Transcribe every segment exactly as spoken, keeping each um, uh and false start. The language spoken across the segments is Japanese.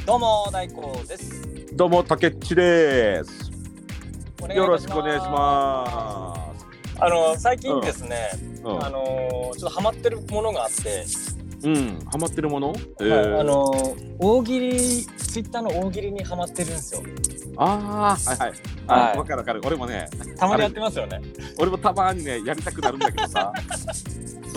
どうも大光です。 どうもたけっちです。よろしくお願いしまます。 あの最近ですね、 うんうん、 あのちょっとハマってるものがあって、 うん、ハマってるもの、えはい、 ー、 あの大喜利、ツイッターの大喜利にハマってるんですよ。 ああ、はいはい。あ、 はい、 わかるわかる。俺もね、 たまにやってますよね。 俺もたまにね、やりたくなるんだけどさ。そう、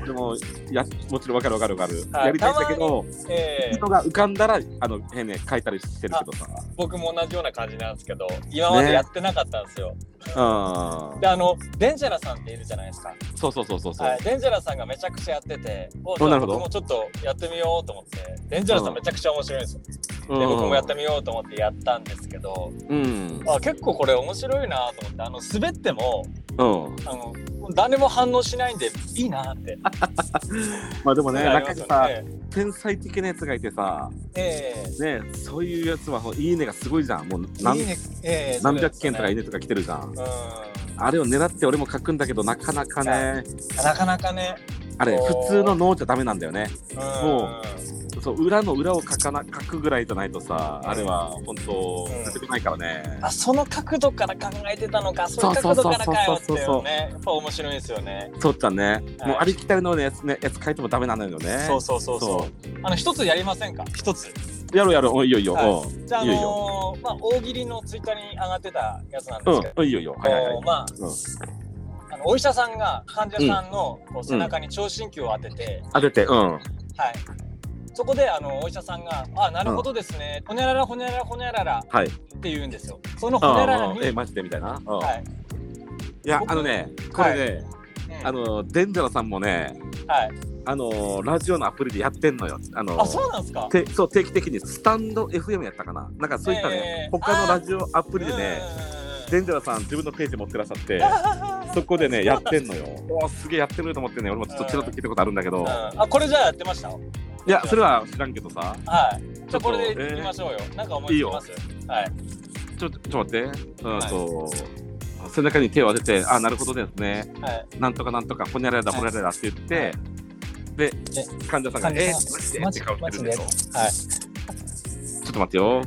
でもやもちろんわかるわかるわかる、はい、やりたいんだけど、えー、人が浮かんだらあの変ね書いたりしてるけどさ。 僕も同じような感じなんですけど、今までやってなかったんですよ。ね、うん。で、あのデンジャラさんっているじゃないですか。 そうそうそうそうそう、 はい、デンジャラさんがめちゃくちゃやってて、お、じゃあ僕もちょっとやってみようと思って、デンジャラさんめちゃくちゃ面白いんですよ。うん、で、僕もやってみようと思ってやったんですけど、うん、あ、結構これ面白いなと思って、あの滑っても、うん、あの誰も反応しないんでいいなって。 まあでもね、中にさ、天才的なやつがいてさ、 えー、ね、そういうやつはいいねがすごいじゃん。もう何、いいね、えー、何百件とかいいねとか来てるじゃん。うん、あれを狙って俺も書くんだけど、なかなかね、 なかなかね、 あれ普通の脳じゃダメなんだよね。もうそう裏の裏を書かな書くぐらいじゃないとさ、うん、あれは本当出てこないからね、うん、あ、 その角度から考えてたのか、そういう角度からかよっていうね、やっぱ面白いですよね。 そうだね、はい、もうありきたりのやつね、やつ書いてもダメなのよね。 そうそうそうそう。あの一つやりませんか？一つやろうやろう、いいよいいよ、 はい、じゃあ、あのー、いいよ、まあ大喜利のツイッターに上がってたやつなんですけど、 うん、いいよいいよ、はいはいはい、まあ、 うん、あのお医者さんが患者さんのこう背中に聴診器を当てて、 うん、当てて、うん、はい、 そこであのお医者さんが「あ、なるほどですね、ほにゃららほにゃららほにゃらら」って言うんですよ。そのほにゃららに、 えマジでみたいな、はい、いや、あのね、これね、はい、あのデンジャラさんもね、はい、あのラジオのアプリでやってんのよ。あのあ、そうなんですか。 てそう、定期的にスタンド エフエム やったかな、なんかそういったね、えー、他のラジオアプリでね、デンジャラさん自分のページ持ってらっしゃってそこでねやってんのよ。お、すげえやってると思ってね、俺もちょっとちらっと聞いたことあるんだけど、 あ、これじゃあやってました？いや、それは知らんけどさ。 はい。じゃあこれでいきましょうよ。えー、なんか思いつきます？いいよ。はい。 ちょ、ちょっと待って。うんと、はい、背中に手を当てて、あ、なるほどですね。はい、なんとかなんとか、ほにゃららだ、ほにゃららって言って、はい、で、患者さんが、えー、マジでって顔してるでしょ。はい。ちょっと待ってよ。はい。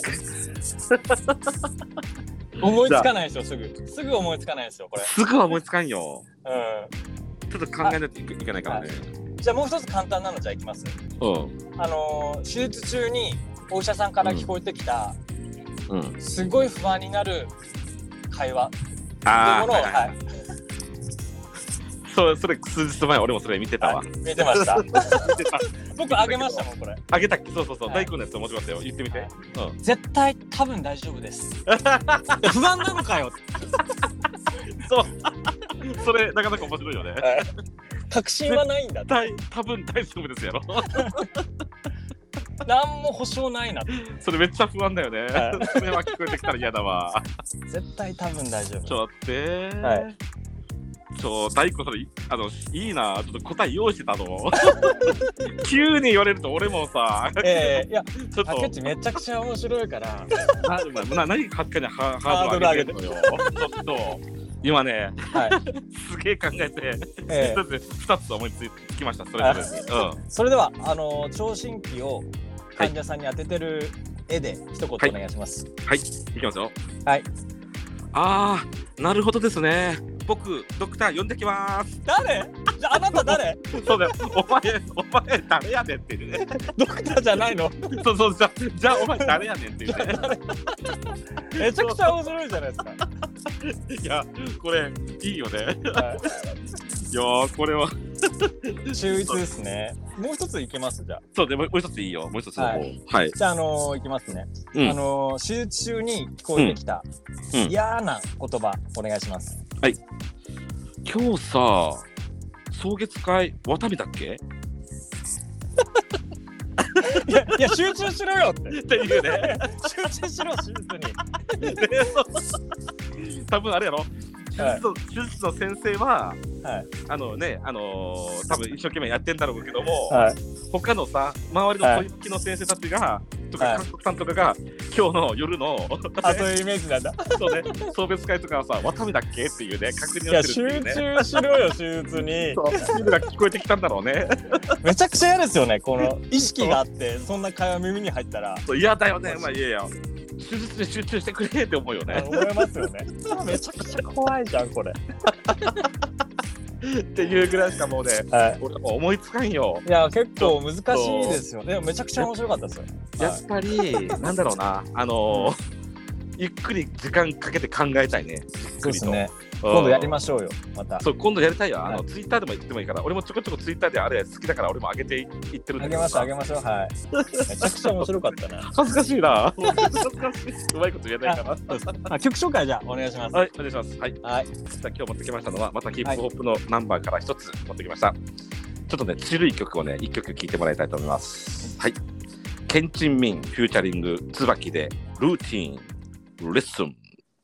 思いつかないですよ、すぐ。すぐ思いつかないですよ、これ。 すぐは思いつかんよ。 うん。 ちょっと考えないといけないからね。 じゃあもう一つ簡単なのじゃあいきます。うん。あのー、手術中にお医者さんから聞こえてきた、うん、すごい不安になる会話っていうものを、はい、はい、 そう、それ数日前俺もそれ見てたわ。 はい、見てました。見てた。僕あげましたもん、これ。 あげたっけ？そうそうそう。大根のやつ面白かったよ。言ってみて。はい、 うん、絶対多分大丈夫です。不安なのかよ。 そう。それなかなか面白いよね。はい、 確信はないんだ。 多分大丈夫ですやろ。 何も保証ないな。 それめっちゃ不安だよね。はい、それは聞こえてきたら嫌だわ。 絶対多分大丈夫。 ちょっと待って。はい。そう、大根それあのいいな、ちょっと答え用意してたの。急に言われると俺もさ、 えー、いやちょっと竹内めちゃくちゃ面白いから。 なな何かっかにハードル上げてるのよ。ちょっと今ね、はい、すげえ考えて、えー、ふたつ思いつきました。それぞれに。うん、 それではあの聴診器を患者さんに当ててる絵で一言お願いします。 はい、はい、いきますよ。 はい。 ああ、なるほどですね。僕ドクター呼んできます。 誰？じゃああなた誰？ そうだよ。お前お前誰やねんっていうね。 ドクターじゃないの？ そうそう、じゃじゃあお前誰やねんっていうね。 めちゃくちゃ面白いじゃないですか。 いや、これいいよね。はい、いやー、これは秀逸ですね。もう一ついけます？じゃあ。 そうでもう一ついいよ。もう一つの方。はい。はい、 じゃあ、あのー、いきますね。うん、あのー、手術中に聞こえてきた、うん、嫌な言葉お願いします。 はい。今日さ、送月会渡美だっけ？ いやいや、集中しろよってっていうね。 集中しろ、手術に。多分あれやろ。手術, はい、手術の先生は、はい、あのね、あのー、多分一生懸命やってんだろうけども、はい、他のさ、周りの小雪の先生たちが、とか監督さんとかが、 今日の夜のあ、そういうイメージなんだ。 そうね、送別会とかはさ、ワタミだっけっていうね、確認をしてるっていうね。 いや、集中しろよ、手術に。 そう、耳が聞こえてきたんだろうね。 めちゃくちゃ嫌ですよね、この意識があって、そんな会話耳に入ったら。 そう、嫌だよね、まあいやいや。手術に集中してくれって思うよね。 思いますよね。めちゃくちゃ怖いじゃん、これ。 っていうぐらいしかもうね、はい、俺も思いつかんよ。 いや、結構難しいですよね。でもめちゃくちゃ面白かったですよ。 やっぱり、なんだろうな、あのー、ゆっくり時間かけて考えたいね。 そうですね。今度やりましょうよ、また。 そう、今度やりたいよ。あの、ツイッターでも言ってもいいから、俺もちょこちょこツイッターであれ好きだから俺も上げていってるんだけど。 上げましょう、上げましょう。はい。めちゃくちゃ面白かったな。 恥ずかしいな。恥ずかしい。うまいこと言えないかな。 あ、曲紹介じゃあお願いします。 はい、お願いします。はい。はい。じゃあ今日持ってきましたのは、またヒップホップのナンバーから一つ持ってきました。ちょっとね、ちるい曲をね、一曲聴いてもらいたいと思います。はい。ケンチンミンフューチャリング椿でルーティーンレッスン。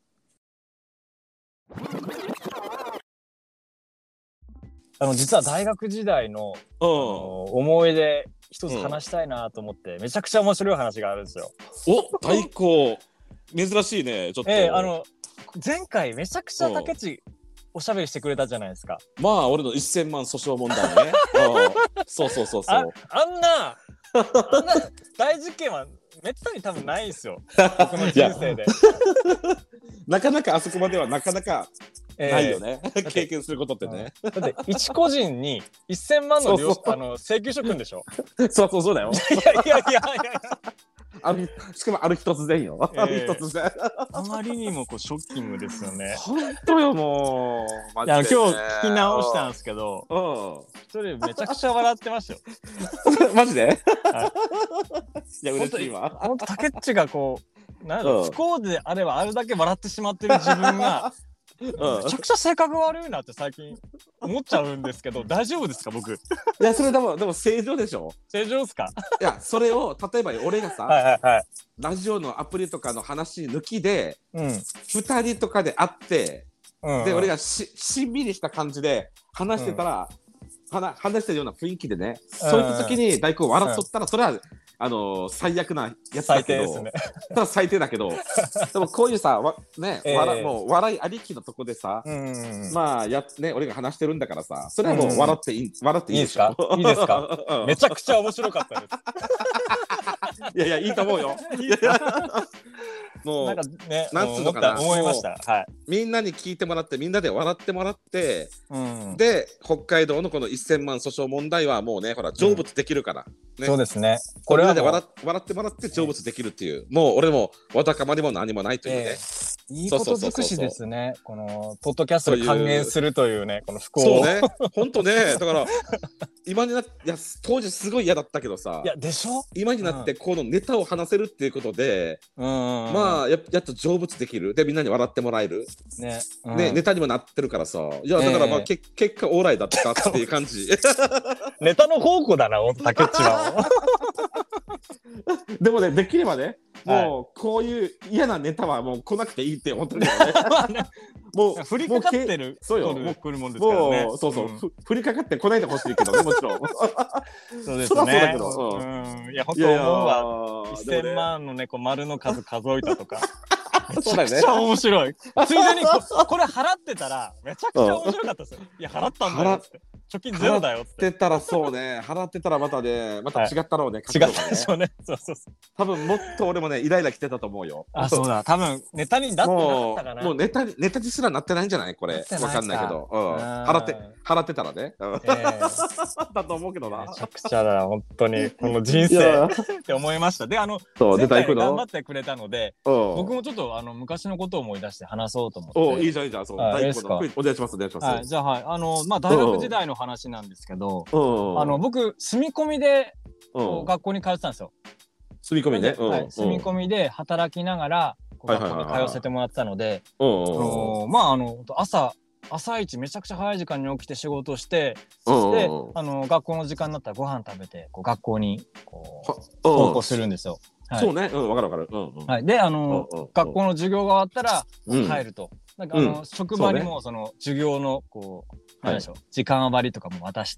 あの実は大学時代 の, あの思い出一つ話したいなと思って、うん、めちゃくちゃ面白い話があるんですよ。 お、大好珍しいね。ちょっと、 えー、あの前回めちゃくちゃ竹内おしゃべりしてくれたじゃないですか。 まあ俺のせんまん訴訟問題ね。そうそうそうそう。 あ, あんなあんな大事件はめったに多分ないんですよ。僕の人生で。 なかなかあそこまではなかなかないよね、えー、経験することってね。 だって一個人にせんまんの領あの請求書くんでしょ。 そうそうそうだよ。 いやいやいやいやあるしかもある日突然よ、えー、ある日突然あまりにもこうショッキングですよね。 本当よもうマジで、ね、 いや今日聞き直したんですけど、一人めちゃくちゃ笑ってましたよ。 マジで、はい、 いや嬉しいわ。本当竹内がこうなんだろう、不幸であればあるだけ笑ってしまってる自分がうん、めちゃくちゃ性格悪いなって最近思っちゃうんですけど大丈夫ですか僕。いやそれでもでも正常でしょ。 正常ですか。 いやそれを例えば俺がさはいはい、はい、 ラジオのアプリとかの話抜きで、うん、ふたりとかで会って、うんうん、で俺が し, しんびりした感じで話してたら、うん、話してるような雰囲気でね、うん、そういった時に大根笑っとったら、うん、それはあのー、最悪なやつだけど、最低ですね。ただ最低だけどでもこういうさわ、ねえー、笑もう笑いありきのとこでさ、うんうんうん、まあやね俺が話してるんだからさそれはもう笑っていい、うん、笑っていいでしょ。 いいですかいいですか、うん、めちゃくちゃ面白かったです。 いやいやいいと思うよ。いやもうなんかねなんつうのかな思いました、はい、 みんなに聞いてもらってみんなで笑ってもらって、うん、で北海道のこのせんまん訴訟問題はもうねほら成仏できるから、 うんね、そうですね。 これはで 笑, 笑ってもらって成仏できるっていう、もう俺もわだかまりも何もないというね、えー、いいこと尽くしですね。このポッドキャストで還元するというねこの不幸を。 そうね本当ねだから今になっていや当時すごい嫌だったけどさ、 いやでしょ、 今になってこのネタを話せるっていうことで、うん、まあ や, やっと成仏できるでみんなに笑ってもらえる、ねうん、ねネタにもなってるからさ、いやだからまあ、えー、け結果オーライだったっていう感じ。 ネタの宝庫だな竹内は。 でもねできればねもうこういう嫌なネタはもう来なくていいって思ってるよね。 もう振りかかってるそうよもう来るもんですからね。 もうそうそう、うん、振りかかって来ないでほしいけどねもちろん。 そうですね。そうだけど、うん、いや本当思うわ。せんまんのねこう丸の数数えたとか。めちゃくちゃ面白い。ついでに こ, これ払ってたらめちゃくちゃ面白かったですよ。いや払ったんだよって。貯金ゼロだよって。 払ってたらそうね払ってたらまたねまた違ったろうね。 はい、違ったでしょうね。そうそうそう。 多分もっと俺もねイライラ来てたと思うよ。 あそうだ多分ネタになってなかったかな。 もうネタにネタにすらなってないんじゃないこれわかんないけど、うん、払って払ってたらね。えー、だと思うけどな。 めちゃくちゃだ本当にこの人生って思いました。であの前回頑張ってくれたので僕もちょっとあの昔のことを思い出して話そうと思って。 おいいじゃんいいじゃんそう。 あいいですか。 お願いしますお願いします。 はい、じゃあはいあのまあ大学時代の話なんですけど、あの僕住み込みで学校に通ってたんですよ。 住み込みね。 はい、住み込みで働きながら学校に通わせてもらってたので、まああの朝朝一めちゃくちゃ早い時間に起きて仕事してそしてあの学校の時間になったらご飯食べてこう学校にこう登校するんですよ。 はい、そうね、うん、わかるわかる。うんうん、 はい、で、あの、うんうん、学校の授業が終わったら、うん、帰ると。なんかあの、うん、職場にもその授業のこう、なんでしょう、時間割とかも渡して、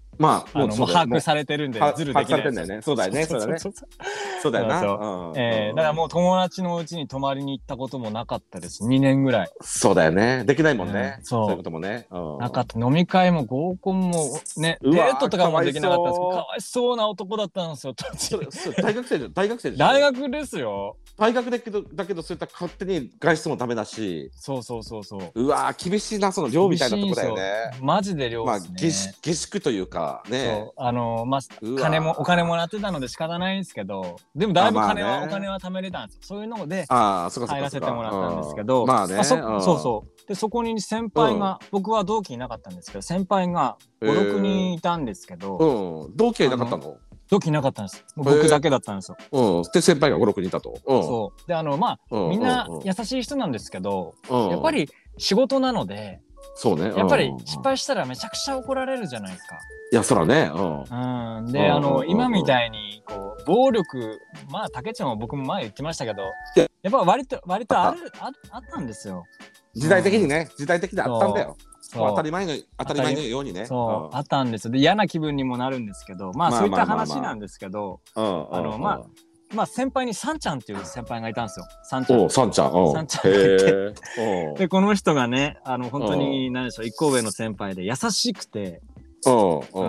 まあ、 あのもう把握されてるんでズルできない。 把握されてんだよね。そうだよね。そうだね。そうだよな。 ええ、だからもう友達のうちに泊まりに行ったこともなかったです。にねんぐらい。 そうだよね。できないもんね。そういうこともね。 なかった。飲み会も合コンもね、デートとかもできなかったんですけど、かわいそうな男だったんですよ。 大学生じゃ大学生でしょ。 大学ですよ。 大学だけどだけどそういった勝手に外出もダメだし。 そうそうそうそう。 うわ厳しいな、その寮みたいなとこだよね。 マジで寮ですね。 まあ下宿というかね。 あのまあ金もお金もらってたので仕方ないんですけど、でもだいぶ金はお金は貯めれたんですよ。そういうので入らせてもらったんですけど、まあね。そうそうでそこに先輩が、僕は同期いなかったんですけど、先輩がごろくにんいたんですけど、 同期はいなかったの？ 同期いなかったんです。僕だけだったんですよ。 うん。で先輩がごろくにんいたと。 そうであのまあみんな優しい人なんですけど、やっぱり仕事なので。 そうね。 やっぱり失敗したらめちゃくちゃ怒られるじゃないですか。 いやそらね。 うん。であの今みたいにこう暴力、まあたけちゃんも僕も前言ってましたけど、やっぱ割と割とあるああったんですよ。 時代的にね、時代的であったんだよ。当たり前の当たり前のようにね。 そうあったんですよ。で嫌な気分にもなるんですけど、まあそういった話なんですけど、あのまあ。まあ先輩にサンちゃんっていう先輩がいたんですよ。サンちゃん。 サンちゃん。 サンちゃんがいて。でこの人がね、あの本当に何でしょう、一個上の先輩で優しくて、うん、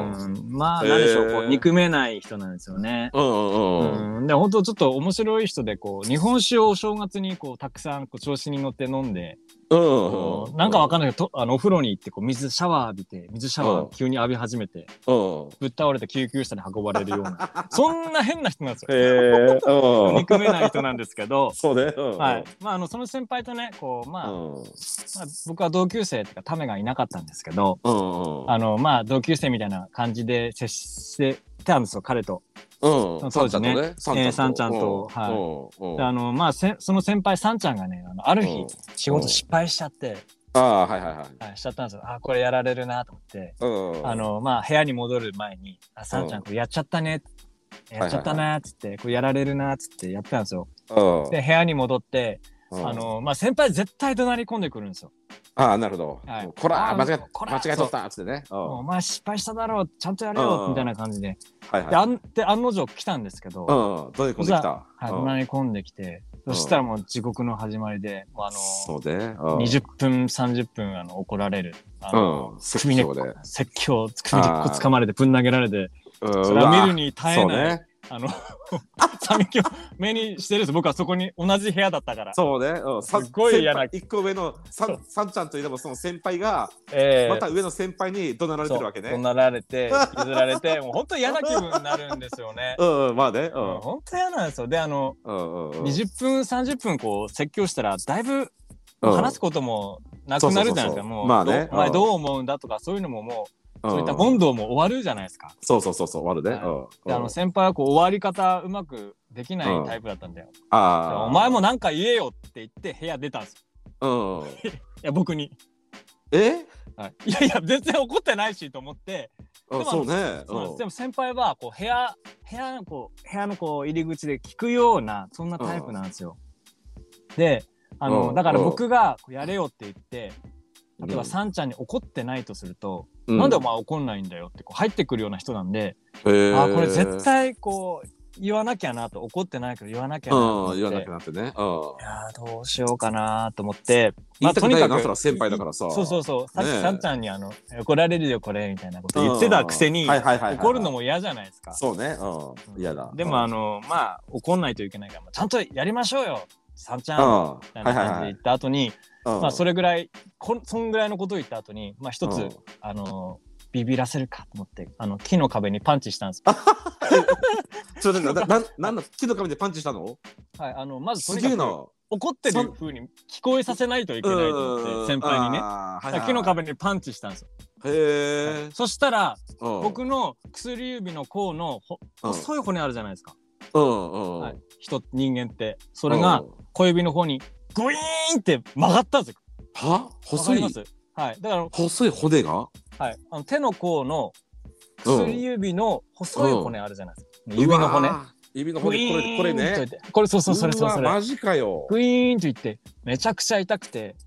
まあ何でしょう、こう憎めない人なんですよね。うん、で本当ちょっと面白い人で、こう日本酒をお正月にこうたくさんこう調子に乗って飲んで。なんかわかんないけど、あのお風呂に行ってこう水シャワー浴びて、水シャワー急に浴び始めて、ぶっ倒れて救急車に運ばれるような、そんな変な人なんですよ。憎めない人なんですけど、 そうね。 はい。まああのその先輩とね、こうまあ僕は同級生とかためがいなかったんですけど、あのまあ同級生みたいな感じで接してたんですよ、彼と。当時ね、サンちゃんと、はい。あのまあその先輩サンちゃんがね、あのある日仕事失敗しちゃって、 ああはいはいはいしちゃったんですよ。あこれやられるなと思って、あのまあ部屋に戻る前に、あサンちゃんこれやっちゃったね、やっちゃったなっつって、これやられるなっつってやってたんですよ。で部屋に戻って、あのまあ先輩絶対怒鳴り込んでくるんですよ。 ああなるほど。こら間違え間違えとったっつってね。 お前失敗しただろう、ちゃんとやれよみたいな感じで。で案の定来たんですけど、 どういうこと来た？ 怒鳴り込んできて、そしたらもう地獄の始まりで、あのにじゅっぷんさんじゅっぷんあの怒られる。首根っこ説教首根っこ掴まれてぶん投げられて、それは見るに耐えない。あの寂しを目にしてるんです。僕はそこに同じ部屋だったから。 そうね。 すごい嫌な。 一個上のサンサンちゃんといえばその先輩が、また上の先輩に怒鳴られてるわけね。 怒鳴られて譲られて、もう本当嫌な気分になるんですよね。 うんまあね。 本当嫌なんですよ。であのにじゅっぷんさんじゅっぷんこう説教したらだいぶ話すこともなくなるじゃないですか。もうお前どう思うんだとかそういうのももう。そういった問答も終わるじゃないですか。 そうそうそうそう終わるね。 であの先輩はこう終わり方うまくできないタイプだったんだよ。お前もなんか言えよって言って部屋出たんですよ。いや僕に。 え？ いやいや全然怒ってないしと思って。 そうね。 でも先輩はこう部屋部屋のこう部屋のこう入り口で聞くようなそんなタイプなんですよ。であのだから僕がやれよって言って。例えばサンちゃんに怒ってないとすると、うん、なんでお前怒んないんだよってこう入ってくるような人なんで、あこれ絶対こう言わなきゃなと、怒ってないけど言わなきゃなと思って、 言わなきゃなってね、いやどうしようかなと思って、 まあとにかく先輩だからさ、 そうそうそう、さっきサンちゃんにあの怒られるよこれみたいなこと言ってたくせに怒るのも嫌じゃないですか。 そうね、嫌だ。 でもあのまあ怒んないといけないからちゃんとやりましょうよサンちゃんみたいな感じで言った後に、まあそれぐらいこそんぐらいのことを言った後にまあ一つあのビビらせるかと思ってあの木の壁にパンチしたんですよ。 それななななんだ木の壁でパンチしたの？ はいあのまずとにかく怒ってる風に聞こえさせないといけないと思って先輩にね木の壁にパンチしたんですよ。へえ。そしたら僕の薬指の甲の細い骨あるじゃないですか。はい、人人間ってそれが小指の方にグイーンって曲がったんですよ。 は？細い？ はい。だから細い骨が？ はい。あの手の甲の薬指の細い骨あるじゃないですか。指の骨。 指の骨これこれね。 これそうそうそれそうそれ。 マジかよ。 グイーンといってめちゃくちゃ痛くて。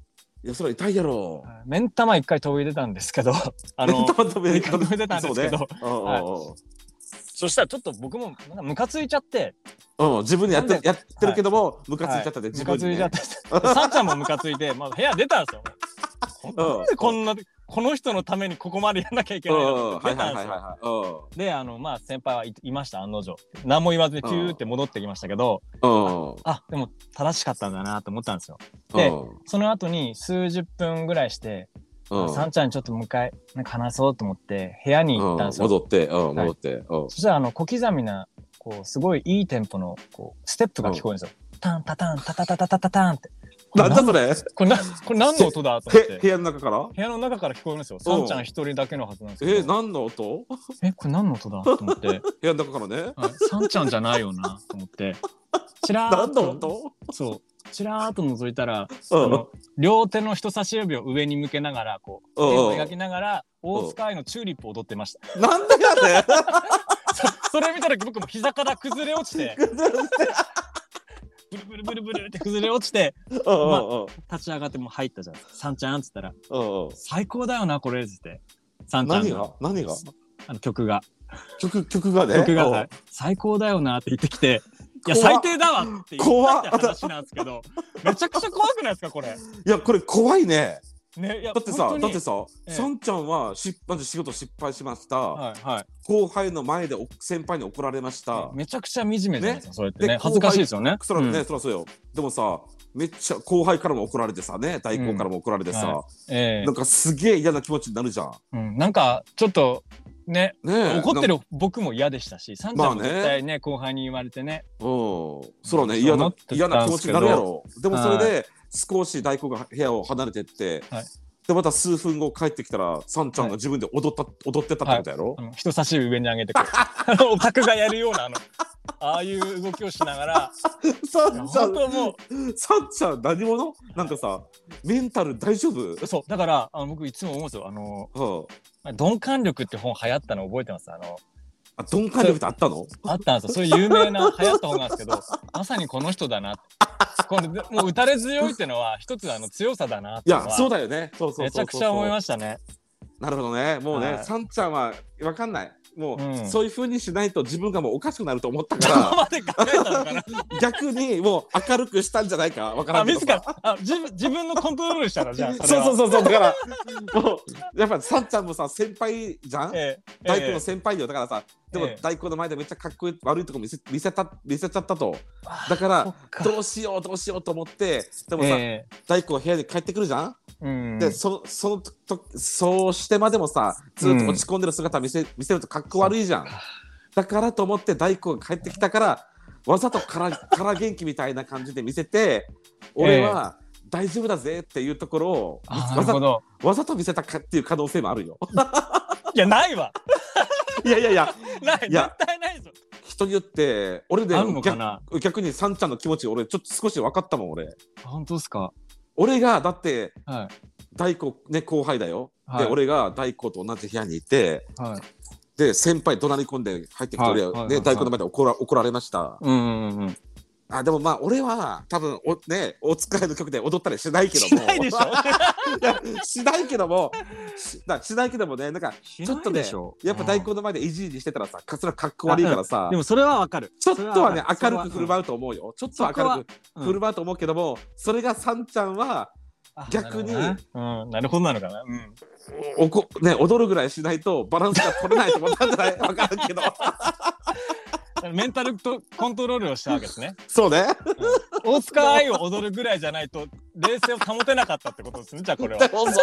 いやそれは痛いやろ。 目ん玉一回飛び出たんですけどあの飛び出たんですけど、ねはい、そしたらちょっと僕もなんかムカついちゃって、 うん、自分でやってやってるけどもムカついちゃったで、 はい、自分に、ね、ムカついちゃってさんちゃんもムカついて、まあ、部屋出たんですよ。なんでこんなこの人のためにここまでやんなきゃいけないのって出たんですよ。であのまあ先輩はい、いました案の定。何も言わずにピューって戻ってきましたけど、あでも正しかったんだなと思ったんですよ。でその後に数十分ぐらいしてさんちゃんにちょっともう一回なんか話そうと思って部屋に行ったんですよ。 戻って戻って、 そしたらあの小刻みなこうすごいいいテンポのこうステップが聞こえるんですよ。タンタタンタタタタタタタンって。 なんだそれ？ これなこれ何の音だと思って。 部屋の中から？ 部屋の中から聞こえるんですよ。さんちゃん一人だけのはずなんですけど。 え何の音？ えこれ何の音だと思って。部屋の中からね。 はい、さんちゃんじゃないよなと思って。チラーっとそうチラーっと覗いたら、あの両手の人差し指を上に向けながらこう円を描きながら大塚愛のチューリップを踊ってました。 なんでやねそ, それ見たら僕も膝から崩れ落ちて。ブルブルブルブルって崩れ落ちて、まあ、立ち上がっても入ったじゃん。さんちゃんっつったら最高だよなこれっつってさんちゃん何が何があの曲が曲曲がね曲が、はい、最高だよなって言ってきていや最低だわって言ったって話なんですけどめちゃくちゃ怖くないですかこれ。 いやこれ怖いね。 ね、いやだってさだってさ、ええ、さんちゃんはしまず仕事失敗しました、はいはい、後輩の前で先輩に怒られました。 めちゃくちゃ惨めじゃないですか、ね、それってね恥ずかしいですよね。 そらね、うん、そらそうよ。でもさめっちゃ後輩からも怒られてさね代行からも怒られてさ、うんはいえー、なんかすげえ嫌な気持ちになるじゃん、 うん、なんかちょっとねね怒ってる僕も嫌でしたしさんちゃんも絶対 ね,、まあ、ね後輩に言われてねうんそらね嫌な嫌な気持ちになるやろ。でもそれで、はい少し大工が部屋を離れてって、はい、でまた数分後帰ってきたらさんちゃんが自分で踊った、はい、踊ってたってことやろ、 はい、人差し指上に上げてオタクがやるようなあのああいう動きをしながらさんちゃんもうさんちゃん何者なんかさメンタル大丈夫？ そうだからあの僕いつも思うんですよあの、はあ、鈍感力って本流行ったの覚えてます？あのあ鈍感力ってあったの？ あったんですよ。そういう有名な流行った本なんですけどまさにこの人だなってこれもう打たれ強いってのは一つあの強さだなっていやそうだよね。そうそうそうそうめちゃくちゃ思いましたね。 なるほどね。もうね、はい、さんちゃんは分かんないもう、うん、そういう風にしないと自分がもうおかしくなると思ったから逆にもう明るくしたんじゃないか分からんけど自らあ自分自分のコントロールしたらじゃあそうそうそうそうだからもうやっぱさんちゃんもさ先輩じゃん、えー、大工の先輩よだからさ、えー、でも大工の前でめっちゃかっこいい悪いとこ見せ、見せた見せちゃったとだからどうしようどうしようと思ってでもさ、えー、大工部屋に帰ってくるじゃん、うん、でそそのとそうしてまでもさずっと落ち込んでる姿見せ、うん、見せるとかっこ悪いじゃん。だからと思って大工が帰ってきたからわざとからから元気みたいな感じで見せて俺は大丈夫だぜっていうところをわざ、わざと見せたかっていう可能性もあるよいやないわいやいやいやない絶対ないぞ。 人によって俺で逆, 逆にさんちゃんの気持ち俺ちょっと少し分かったもん俺。 本当ですか？ 俺がだって、はい、大工ね後輩だよ、はい、で俺が大工と同じ部屋にいて、はい、で先輩怒鳴り込んで入ってきて、はい、俺は、ねはい、大工の前で怒ら、怒られました、うんうんうん、あでもまあ俺は多分おねお使いの曲で踊ったりしないけどもしないでしょいやしないけども し, だしないけどもねなんかちょっとねやっぱ大工の前でイジイジしてたらさそれはかっこ悪いからさでもそれはわかるちょっとはね明るく振る舞うと思うよちょっとは明るく振る舞うと思うけども、うん、それがさんちゃんは逆になるほど、ねうん、なるほどなのかな、 うん、おこね踊るぐらいしないとバランスが取れないと思ったんじゃない分からんけどメンタルとコントロールをしたわけですね。 そうね、 うん、大塚愛を踊るぐらいじゃないと冷静を保てなかったってことですねじゃあこれは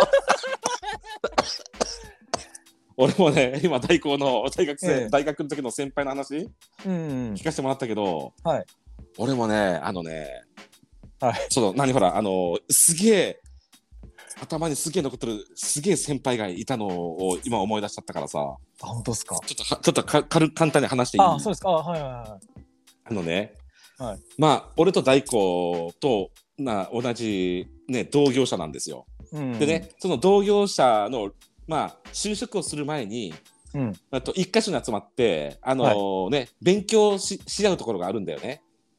俺もね今大工の大学生、ええ、大学の時の先輩の話、うんうん、聞かせてもらったけど、はい、俺もねあのね、はい、その何ほらあのすげえ頭にすげえ残ってるすげえ先輩がいたのを今思い出しちゃったからさ。 あ本当ですか？ ちょっとちょっとか軽簡単に話していい？ あそうですか。あはいはいはい。 あのね、はい、まあ俺と大工とな同じね同業者なんですよ。うん、でねその同業者のまあ就職をする前に、うん、あと一箇所に集まってあのーはい、ね勉強しし合うところがあるんだよね。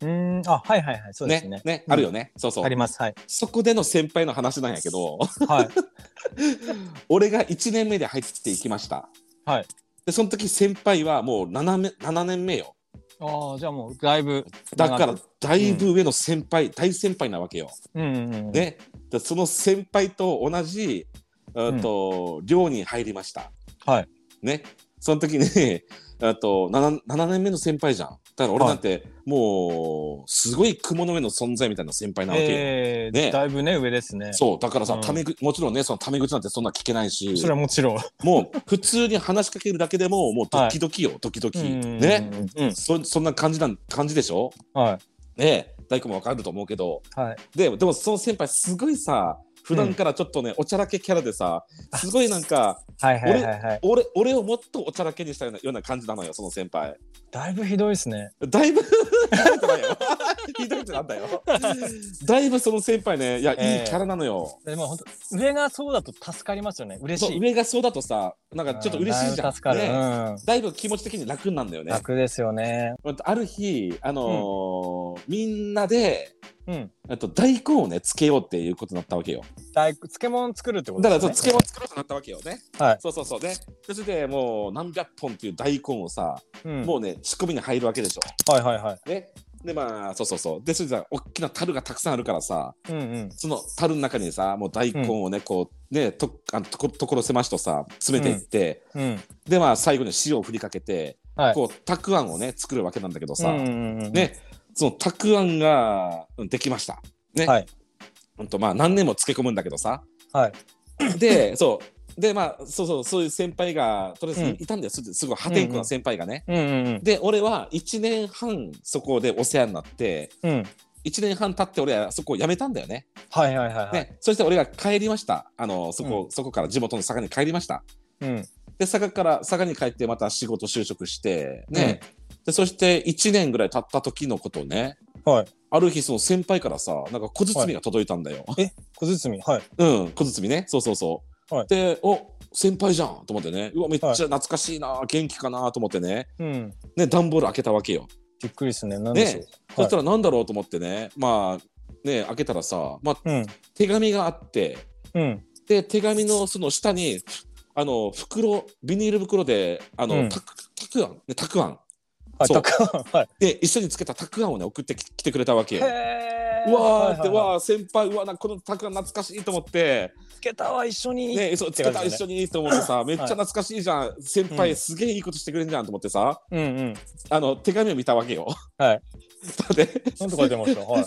うん、あ、はいはいはい、そうですね。 ね、ね、あるよね。そうそう。 あります。はい。 そこでの先輩の話なんやけど、 はい。 俺がいちねんめで入っていきました。 はい。 で、その時先輩はもうななねんめよ。 ああ、じゃあもうだいぶ。 だからだいぶ上の先輩、うん、大先輩なわけよ。 うんうんうん、 ね、でその先輩と同じ、うんと、寮に入りました。 はい。 ね、その時に、ね、あと 7, ななねんめの先輩じゃん。だから俺なんて、はい、もうすごい雲の上の存在みたいな先輩なわけよ、 えーね、だいぶね上ですね。 そうだからさ、うん、タメもちろんねそのタメ口なんてそんな聞けないし、 それはもちろんもう普通に話しかけるだけでももうドキドキよ、はい、ドキドキね、うん、そ, そんな感じな感じでしょ。はいね、大工も分かると思うけど、はい、で, でもその先輩すごいさ普段からちょっとね、うん、おちゃらけキャラでさすごいなんか俺俺をもっとおちゃらけにしたような、ような感じなのよその先輩。 だいぶひどいですね。 だいぶひどいってなんだよだいぶその先輩ねいや、えー、いいキャラなのよ。 でも本当上がそうだと助かりますよね。嬉しい。 上がそうだとさなんかちょっと嬉しいじゃん、うん、だいぶ助かる、ね、うん、だいぶ気持ち的に楽になるんだよね。 楽ですよね。 ある日あのーうん、みんなでうん、あと大根をねつけようっていうことになったわけよ。 大漬物作るってことですね。 だから漬物作ろうとなったわけよね。はい。そうそうそうね。それでもう何百本っていう大根をさ、うん、もうね仕込みに入るわけでしょ。はいはいはい。ね。でまあそうそうそう。でそれでさ大きな樽がたくさんあるからさ、うんうん、その樽の中にさもう大根をね、うん、こうねとあのとこ所狭しとさ詰めていって、うんうん、でまあ最後に塩を振りかけて、はい、こうたくあんをね作るわけなんだけどさ、うんうんうん、ね。そのたくあんができましたね。はい。ほんとまあ何年も漬け込むんだけどさ。はい。で、そうでまあそうそうそういう先輩がとりあえずいたんだよ。うん、すごい破天荒な先輩がね。うんうんうん、で俺はいちねんはんそこでお世話になって、うん、いちねんはん経って俺はそこを辞めたんだよね。はいはいはいはい。ね、そして俺が帰りました。あのそこ、うん、そこから地元の佐賀に帰りました。うん。で佐賀から佐賀に帰ってまた仕事就職してね。うんでそしていちねんぐらい経った時のことね、はい、ある日その先輩からさなんか小包が届いたんだよ。はい、 え小包はいうん小包ねそうそうそう、はい、でお先輩じゃんと思ってねうわめっちゃ懐かしいな、はい、元気かなと思ってね、うん、ね段ボール開けたわけよ。 びっくりですね。なんでしょう、ねはい、 そしたらなんだろうと思ってねまあね開けたらさ、まあうん、手紙があって、うん、で手紙のその下にあの袋ビニール袋であの、うん、たくあんねたくあんそうはい、で一緒につけたたくあんをね送ってきてくれたわけよ。うわーって、わー先輩うわなこのたくあん懐かしいと思ってつけたわ一緒にねそうつけた一緒にと思ってさめっちゃ懐かしいじゃん、はい、先輩、うん、すげえいいことしてくれんじゃんと思ってさ、うんうん、あの手紙を見たわけよ。はい。 でなんと書いてました、はい、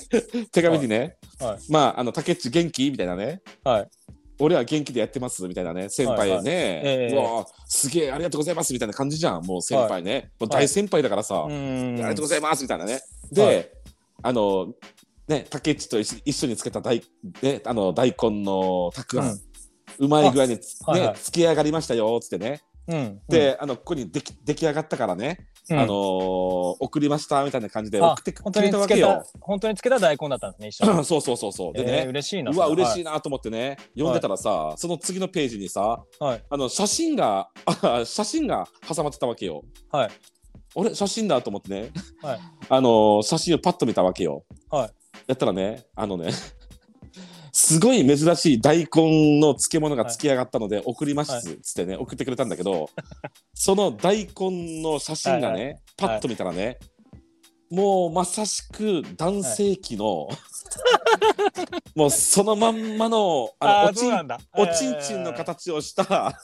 手紙にね、はい、まああの竹内元気みたいなね、はい、俺は元気でやってますみたいなね先輩ね、はいはいえー、うわすげえありがとうございますみたいな感じじゃんもう先輩ね、はい、もう大先輩だからさ、はい、ありがとうございますみたいなねで、はい、あのね竹内と一緒につけた大、ね、あの大根のたくあん、うん、うまい具合に、ねはいはい、つき上がりましたよつってね、うん、で、うん、あのここにでき出来上がったからねうん、あのー、送りましたみたいな感じで送ってくれたわけよ。 本当につけた大根だったんですね一緒にそうそうそうそうでね、 えー、嬉しいなうわ嬉しいなと思ってね、はい、読んでたらさ、はい、その次のページにさ、はい、あの写真が写真が挟まってたわけよ。はい。俺写真だと思ってね、はい、あのー、写真をパッと見たわけよ。はい。やったらねあのねすごい珍しい大根の漬物がつき上がったので送りますっつってね、はい、送ってくれたんだけどその大根の写真がね、はいはい、パッと見たらね、はい、もうまさしく男性器の、はい、もうそのまんまのあのおちんおちんちんの形をした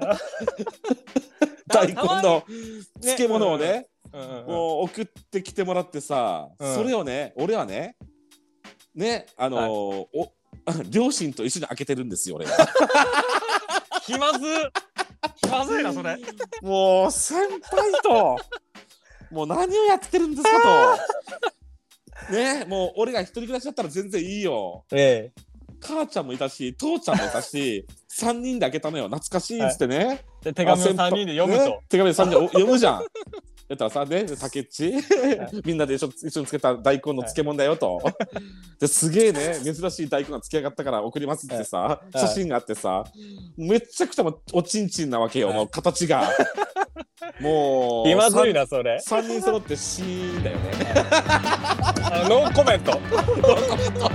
大根の漬物をね、もう送ってきてもらってさ、うん、それをね俺はねねあのーはい、お両親と一緒に開けてるんですよ俺は。 気まず気まずいなそれ。 もう先輩ともう何をやってるんですかとねもう俺が一人暮らしだったら全然いいよ、ええ、母ちゃんもいたし父ちゃんもいたしさんにんで開けたのよ懐かしいっつってね、はい、 で手紙をさんにんで読むと、 ね、手紙でさんにんで読むじゃん。やったらさね竹内、はい、みんなで一緒につけた大根の漬物だよと、はい、ですげえね珍しい大根がつき上がったから送りますってさ、はい、写真があってさめっちゃくちゃおちんちんなわけよ、はい、もう形がもう気まずいなそれ。 さんにん揃って C だよね。 あノーコメント。ノーコメント。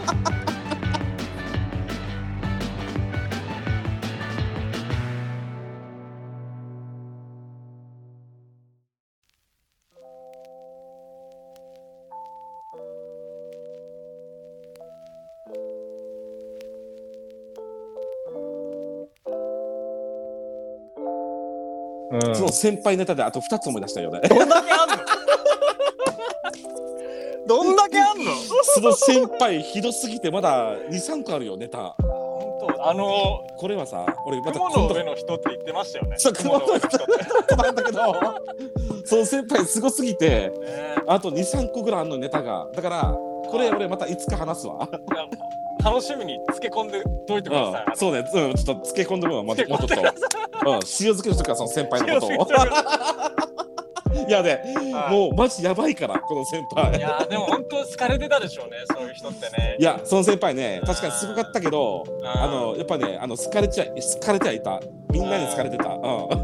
うん、その先輩ネタであとふたつ思い出したよね。 どんだけあんのどんだけあんのその先輩ひどすぎてまだにさんこあるよネタ。 本当あのー、これはさ俺また雲の上の人って言ってましたよね。 そう雲の上の人ってなんだけどその先輩すごすぎて、ね、あとにさんこぐらいあんのネタが。だからこれ俺またいつか話すわ。 楽しみに漬け込んでどいてください。 うん、そうね、うん、ちょっと漬け込んでもらう。もうちょっと、うん、塩漬けの人からその先輩のことを。いやね、もうマジやばいからこの先輩。 いやでも本当好かれてたでしょうね、そういう人ってね。 いやその先輩ね確かにすごかったけど、あのやっぱねあの好かれちゃ好かれてはいた。みんなに好かれてた。うん。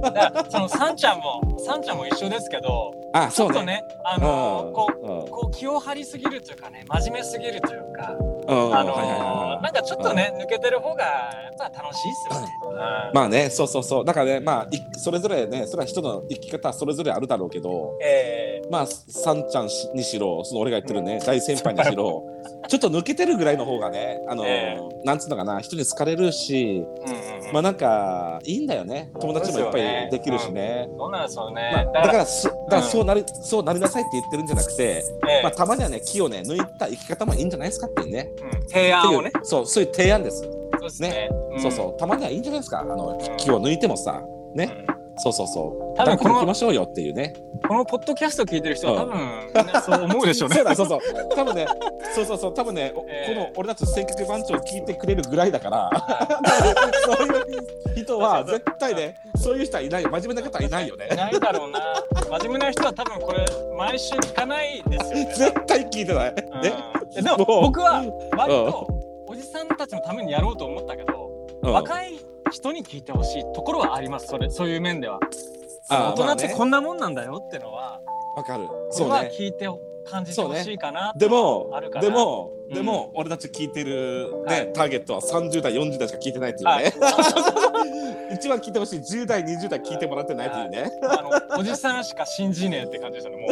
だからそのさんちゃんもさんちゃんも一緒ですけど、 あちょっとねあのこうこう気を張りすぎるというかね真面目すぎるというか。あのなんかちょっとね抜けてる方がやっぱ楽しいっすよね。 まあねそうそうそうだからねまあそれぞれねそれは人の生き方それぞれあるだろうけど、えー、まあさんちゃんにしろその俺が言ってるね、うん、大先輩にしろちょっと抜けてるぐらいの方がねあの、えー、なんつうのかな人に好かれるし、うんうん、まあなんかいいんだよね。友達もいっぱいできるしね。 そうなんですよね。 だからそうなりそうなりなさいって言ってるんじゃなくて、えー、まあたまにはね気をね抜いた生き方もいいんじゃないですかっていうね。 うん、提案をね。 そうそういう提案です。 そうですね。 ねうん、 そうそうたまにはいいんじゃないですか。あの、うん、気を抜いてもさね。うんそうそうそう。 多分この行きましょうよっていうね。 このポッドキャスト聞いてる人は多分、うんね、そう思うでしょうね。 そうだそうそう多分ねそうそうそう多分ね、えー、この俺たち尖閣番長を聞いてくれるぐらいだからそういう人は絶対ねそういう人はいないよ。真面目な方はいないよね。 いないだろうな。真面目な人は多分これ毎週聞かないですよね。 絶対聞いてない。 うん、ね。でも僕は割とおじさんたちのためにやろうと思ったけど、うん、若い人に聞いてほしいところはあります。それそういう面では大人ってこんなもんなんだよってのはわかる。 それは聞いて感じてほしいかな。 でもでもでも俺たち聞いてるねターゲットはさんじゅう代よんじゅう代しか聞いてないっていうね。一番聞いてほしいじゅう代にじゅう代聞いてもらってないっていうね。 あのおじさんしか信じねえって感じですよね。も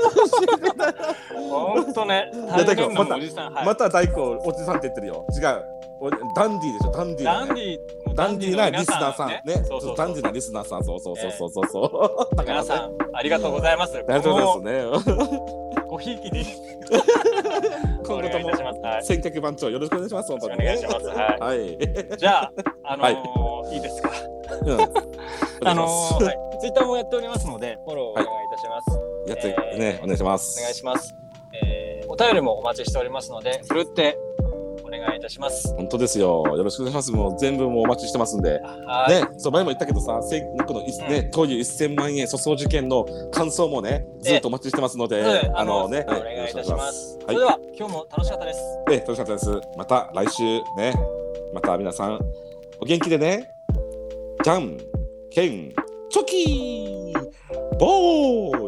う本当ね。 また大工おじさんって言ってるよ。違う。ダンディーでしょ。ダンディー、ね、 ダンディーダンディーなリスナーさんね。ねそうそうそうそうダンディーなリスナーさんそうそうそうそうそうそう、 えー、皆さんありがとうございます。 ありがとうございますね。 ごひいきに今後とも尖閣番長よろしくお願いします。本当にお願いします。はい。はい、じゃああのーはい、いいですか。うん。あのー、はい、ツイッターもやっておりますのでフォローお願いいたします。 はい、やって、えー、ねお願いします。 お願いします。えー、お便りもお待ちしておりますのでふるってお願いいたします。 本当ですよ。よろしくお願いします。もう全部もうお待ちしてますんで。はいね、そう前も言ったけどさ、この、ね、当時せんまんえん粗相事件の感想もね、ずっとお待ちしてますので、 えあのね、お願いいたします。それでは今日も楽しかったです。 え楽しかったです。また来週ね、また皆さんお元気でね。じゃんけんチョキーボーイ。